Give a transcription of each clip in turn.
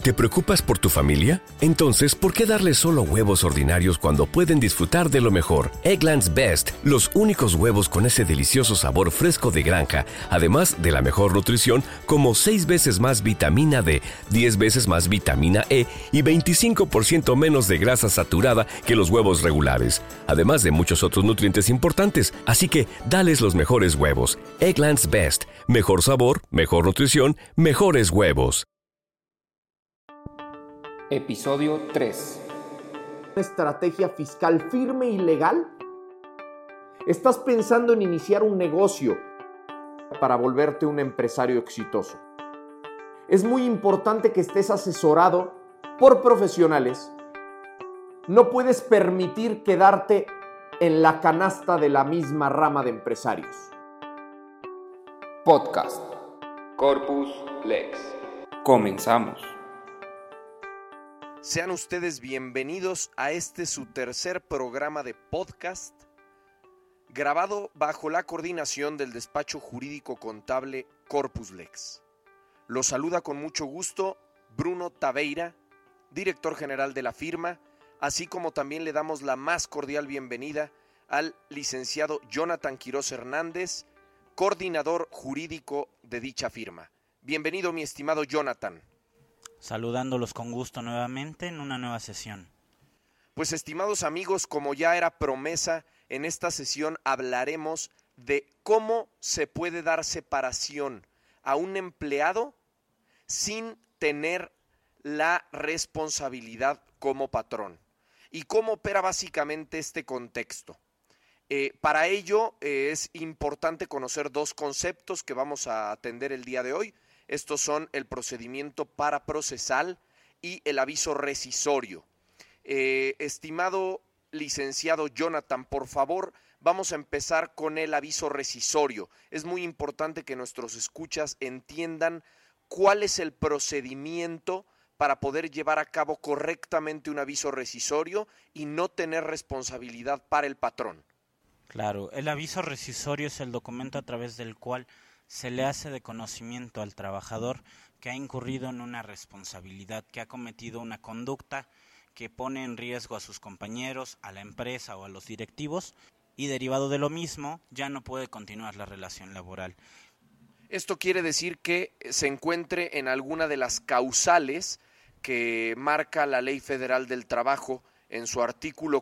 ¿Te preocupas por tu familia? Entonces, ¿por qué darles solo huevos ordinarios cuando pueden disfrutar de lo mejor? Eggland's Best, los únicos huevos con ese delicioso sabor fresco de granja, además de la mejor nutrición, como 6 veces más vitamina D, 10 veces más vitamina E y 25% menos de grasa saturada que los huevos regulares, además de muchos otros nutrientes importantes. Así que, dales los mejores huevos. Eggland's Best, mejor sabor, mejor nutrición, mejores huevos. Episodio 3. ¿Una estrategia fiscal firme y legal? ¿Estás pensando en iniciar un negocio para volverte un empresario exitoso? Es muy importante que estés asesorado por profesionales. No puedes permitir quedarte en la canasta de la misma rama de empresarios. Podcast Corpus Lex. Comenzamos. Sean ustedes bienvenidos a su tercer programa de podcast, grabado bajo la coordinación del despacho jurídico contable Corpus Lex. Los saluda con mucho gusto Bruno Taveira, director general de la firma, así como también le damos la más cordial bienvenida al licenciado Jonathan Quiroz Hernández, coordinador jurídico de dicha firma. Bienvenido, mi estimado Jonathan. Saludándolos con gusto nuevamente en una nueva sesión. Pues, estimados amigos, como ya era promesa, en esta sesión hablaremos de cómo se puede dar separación a un empleado sin tener la responsabilidad como patrón y cómo opera básicamente este contexto. Para ello es importante conocer dos conceptos que vamos a atender el día de hoy. Estos son el procedimiento paraprocesal y el aviso rescisorio. Estimado licenciado Jonathan, por favor, vamos a empezar con el aviso rescisorio. Es muy importante que nuestros escuchas entiendan cuál es el procedimiento para poder llevar a cabo correctamente un aviso rescisorio y no tener responsabilidad para el patrón. Claro, el aviso rescisorio es el documento a través del cual se le hace de conocimiento al trabajador que ha incurrido en una responsabilidad, que ha cometido una conducta que pone en riesgo a sus compañeros, a la empresa o a los directivos, y derivado de lo mismo ya no puede continuar la relación laboral. Esto quiere decir que se encuentre en alguna de las causales que marca la Ley Federal del Trabajo en su artículo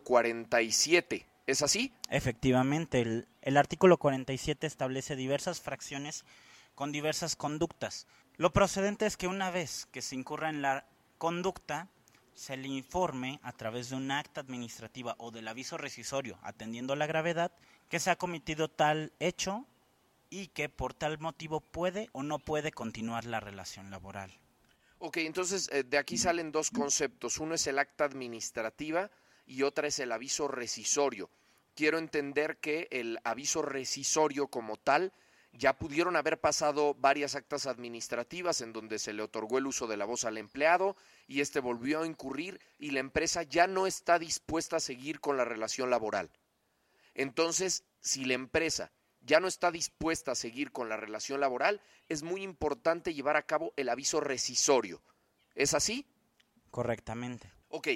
47. ¿Es así? Efectivamente, el artículo 47 establece diversas fracciones con diversas conductas. Lo procedente es que una vez que se incurra en la conducta, se le informe a través de una acta administrativa o del aviso rescisorio, atendiendo la gravedad, que se ha cometido tal hecho y que por tal motivo puede o no puede continuar la relación laboral. Ok, entonces de aquí salen dos conceptos. Uno es el acta administrativa y otra es el aviso rescisorio. Quiero entender que el aviso rescisorio como tal, ya pudieron haber pasado varias actas administrativas en donde se le otorgó el uso de la voz al empleado y este volvió a incurrir y la empresa ya no está dispuesta a seguir con la relación laboral. Entonces, si la empresa ya no está dispuesta a seguir con la relación laboral, es muy importante llevar a cabo el aviso rescisorio. ¿Es así? Correctamente. Ok,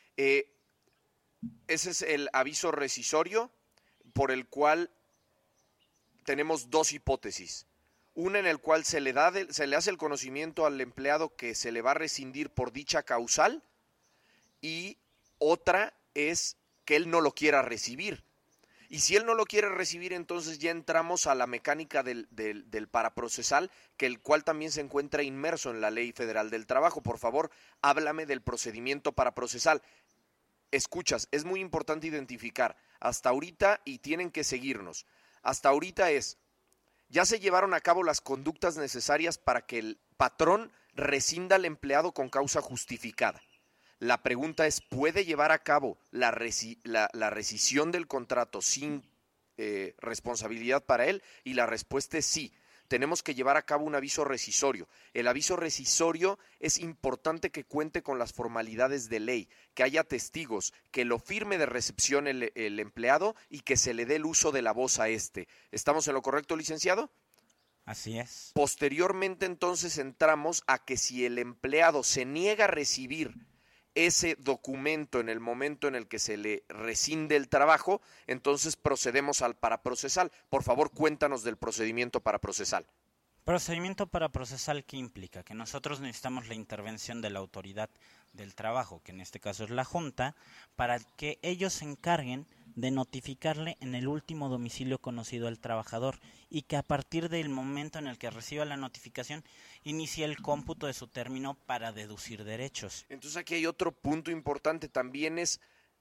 ese es el aviso rescisorio por el cual tenemos dos hipótesis. Una en el cual se le hace el conocimiento al empleado que se le va a rescindir por dicha causal y otra es que él no lo quiera recibir. Y si él no lo quiere recibir, entonces ya entramos a la mecánica del paraprocesal, que el cual también se encuentra inmerso en la Ley Federal del Trabajo. Por favor, háblame del procedimiento paraprocesal. Escuchas, es muy importante identificar hasta ahorita y tienen que seguirnos. Hasta ahorita ya se llevaron a cabo las conductas necesarias para que el patrón rescinda al empleado con causa justificada. La pregunta es, ¿puede llevar a cabo la rescisión del contrato sin responsabilidad para él? Y la respuesta es sí. Tenemos que llevar a cabo un aviso rescisorio. El aviso rescisorio es importante que cuente con las formalidades de ley, que haya testigos, que lo firme de recepción el empleado y que se le dé el uso de la voz a este. ¿Estamos en lo correcto, licenciado? Así es. Posteriormente entonces entramos a que si el empleado se niega a recibir ese documento en el momento en el que se le rescinde el trabajo, entonces procedemos al paraprocesal. Por favor, cuéntanos del procedimiento paraprocesal. Procedimiento paraprocesal, ¿qué implica? Que nosotros necesitamos la intervención de la autoridad del trabajo, que en este caso es la Junta, para que ellos se encarguen de notificarle en el último domicilio conocido al trabajador y que a partir del momento en el que reciba la notificación inicie el cómputo de su término para deducir derechos. Entonces aquí hay otro punto importante, también es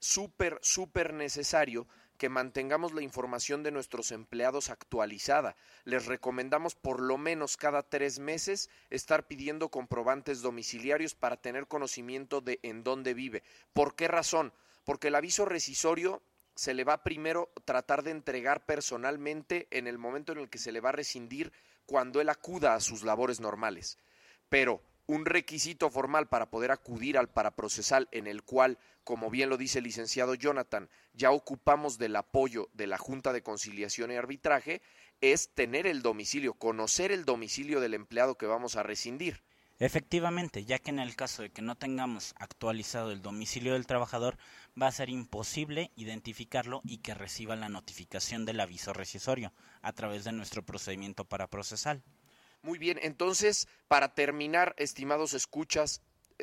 súper necesario que mantengamos la información de nuestros empleados actualizada. Les recomendamos por lo menos cada 3 meses estar pidiendo comprobantes domiciliarios para tener conocimiento de en dónde vive. ¿Por qué razón? Porque el aviso rescisorio se le va primero tratar de entregar personalmente en el momento en el que se le va a rescindir cuando él acuda a sus labores normales. Pero un requisito formal para poder acudir al paraprocesal en el cual, como bien lo dice el licenciado Jonathan, ya ocupamos del apoyo de la Junta de Conciliación y Arbitraje, es tener el domicilio, conocer el domicilio del empleado que vamos a rescindir. Efectivamente, ya que en el caso de que no tengamos actualizado el domicilio del trabajador, va a ser imposible identificarlo y que reciba la notificación del aviso rescisorio a través de nuestro procedimiento paraprocesal. Muy bien, entonces, para terminar, estimados escuchas,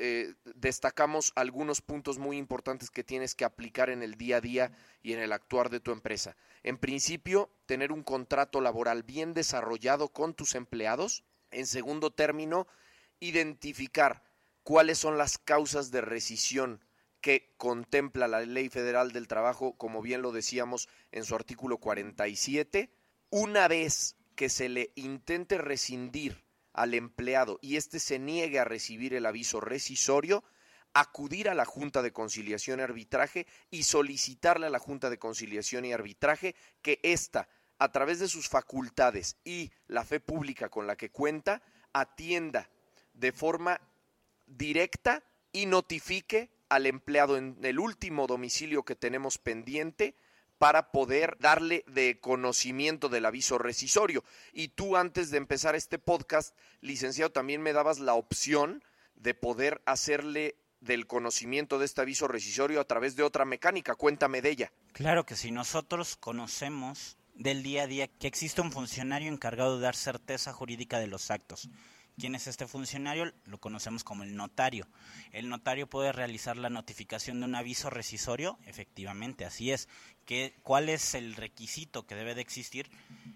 destacamos algunos puntos muy importantes que tienes que aplicar en el día a día y en el actuar de tu empresa. En principio, tener un contrato laboral bien desarrollado con tus empleados. En segundo término, identificar cuáles son las causas de rescisión que contempla la Ley Federal del Trabajo, como bien lo decíamos en su artículo 47. Una vez que se le intente rescindir al empleado y éste se niegue a recibir el aviso rescisorio, acudir a la Junta de Conciliación y Arbitraje y solicitarle a la Junta de Conciliación y Arbitraje que ésta, a través de sus facultades y la fe pública con la que cuenta, atienda de forma directa y notifique al empleado en el último domicilio que tenemos pendiente para poder darle de conocimiento del aviso rescisorio. Y tú, antes de empezar este podcast, licenciado, también me dabas la opción de poder hacerle del conocimiento de este aviso rescisorio a través de otra mecánica. Cuéntame de ella. Claro que sí, nosotros conocemos del día a día que existe un funcionario encargado de dar certeza jurídica de los actos. ¿Quién es este funcionario? Lo conocemos como el notario. El notario puede realizar la notificación de un aviso rescisorio, efectivamente, así es. ¿Cuál es el requisito que debe de existir?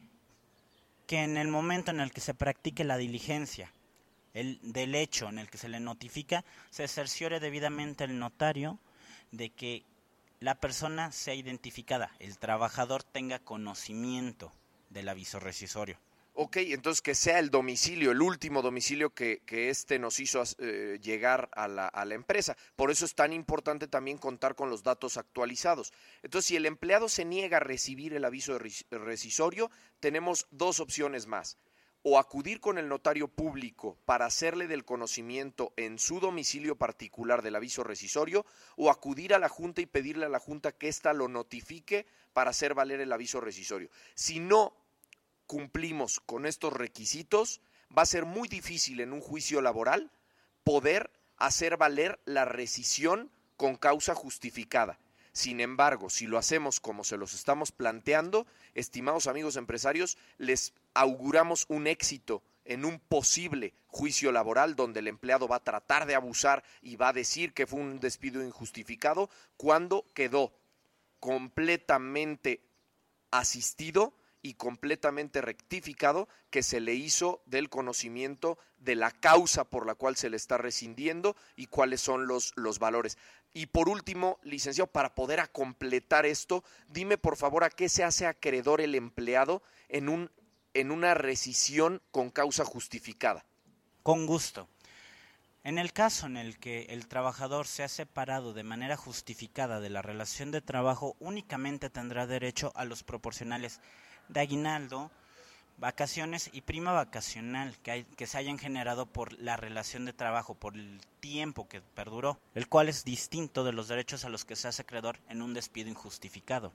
Que en el momento en el que se practique la diligencia del hecho en el que se le notifica, se cerciore debidamente el notario de que la persona sea identificada, el trabajador tenga conocimiento del aviso rescisorio. Ok, entonces que sea el domicilio, el último domicilio que éste nos hizo llegar a la empresa. Por eso es tan importante también contar con los datos actualizados. Entonces, si el empleado se niega a recibir el aviso rescisorio, tenemos 2 opciones más. O acudir con el notario público para hacerle del conocimiento en su domicilio particular del aviso rescisorio, o acudir a la Junta y pedirle a la Junta que ésta lo notifique para hacer valer el aviso rescisorio. Si no cumplimos con estos requisitos, va a ser muy difícil en un juicio laboral poder hacer valer la rescisión con causa justificada. Sin embargo, si lo hacemos como se los estamos planteando, estimados amigos empresarios, les auguramos un éxito en un posible juicio laboral donde el empleado va a tratar de abusar y va a decir que fue un despido injustificado cuando quedó completamente asistido y completamente rectificado que se le hizo del conocimiento de la causa por la cual se le está rescindiendo y cuáles son los valores. Y por último, licenciado, para poder completar esto, dime por favor a qué se hace acreedor el empleado en una rescisión con causa justificada. Con gusto. En el caso en el que el trabajador se ha separado de manera justificada de la relación de trabajo, únicamente tendrá derecho a los proporcionales de aguinaldo, vacaciones y prima vacacional que se hayan generado por la relación de trabajo, por el tiempo que perduró, el cual es distinto de los derechos a los que se hace acreedor en un despido injustificado.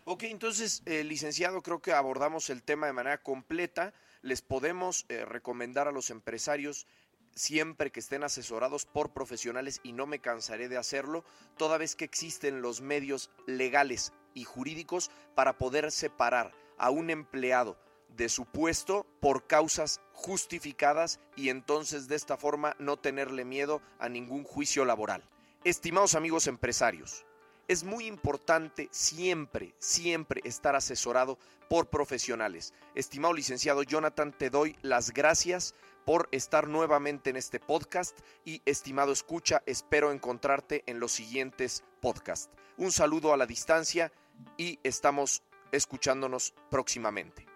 Ok, entonces, licenciado, creo que abordamos el tema de manera completa. Les podemos recomendar a los empresarios siempre que estén asesorados por profesionales, y no me cansaré de hacerlo, toda vez que existen los medios legales y jurídicos para poder separar a un empleado de su puesto por causas justificadas, y entonces de esta forma no tenerle miedo a ningún juicio laboral. Estimados amigos empresarios, es muy importante siempre estar asesorado por profesionales. Estimado licenciado Jonathan, te doy las gracias por estar nuevamente en este podcast, y estimado escucha, espero encontrarte en los siguientes podcasts. Un saludo a la distancia y estamos escuchándonos próximamente.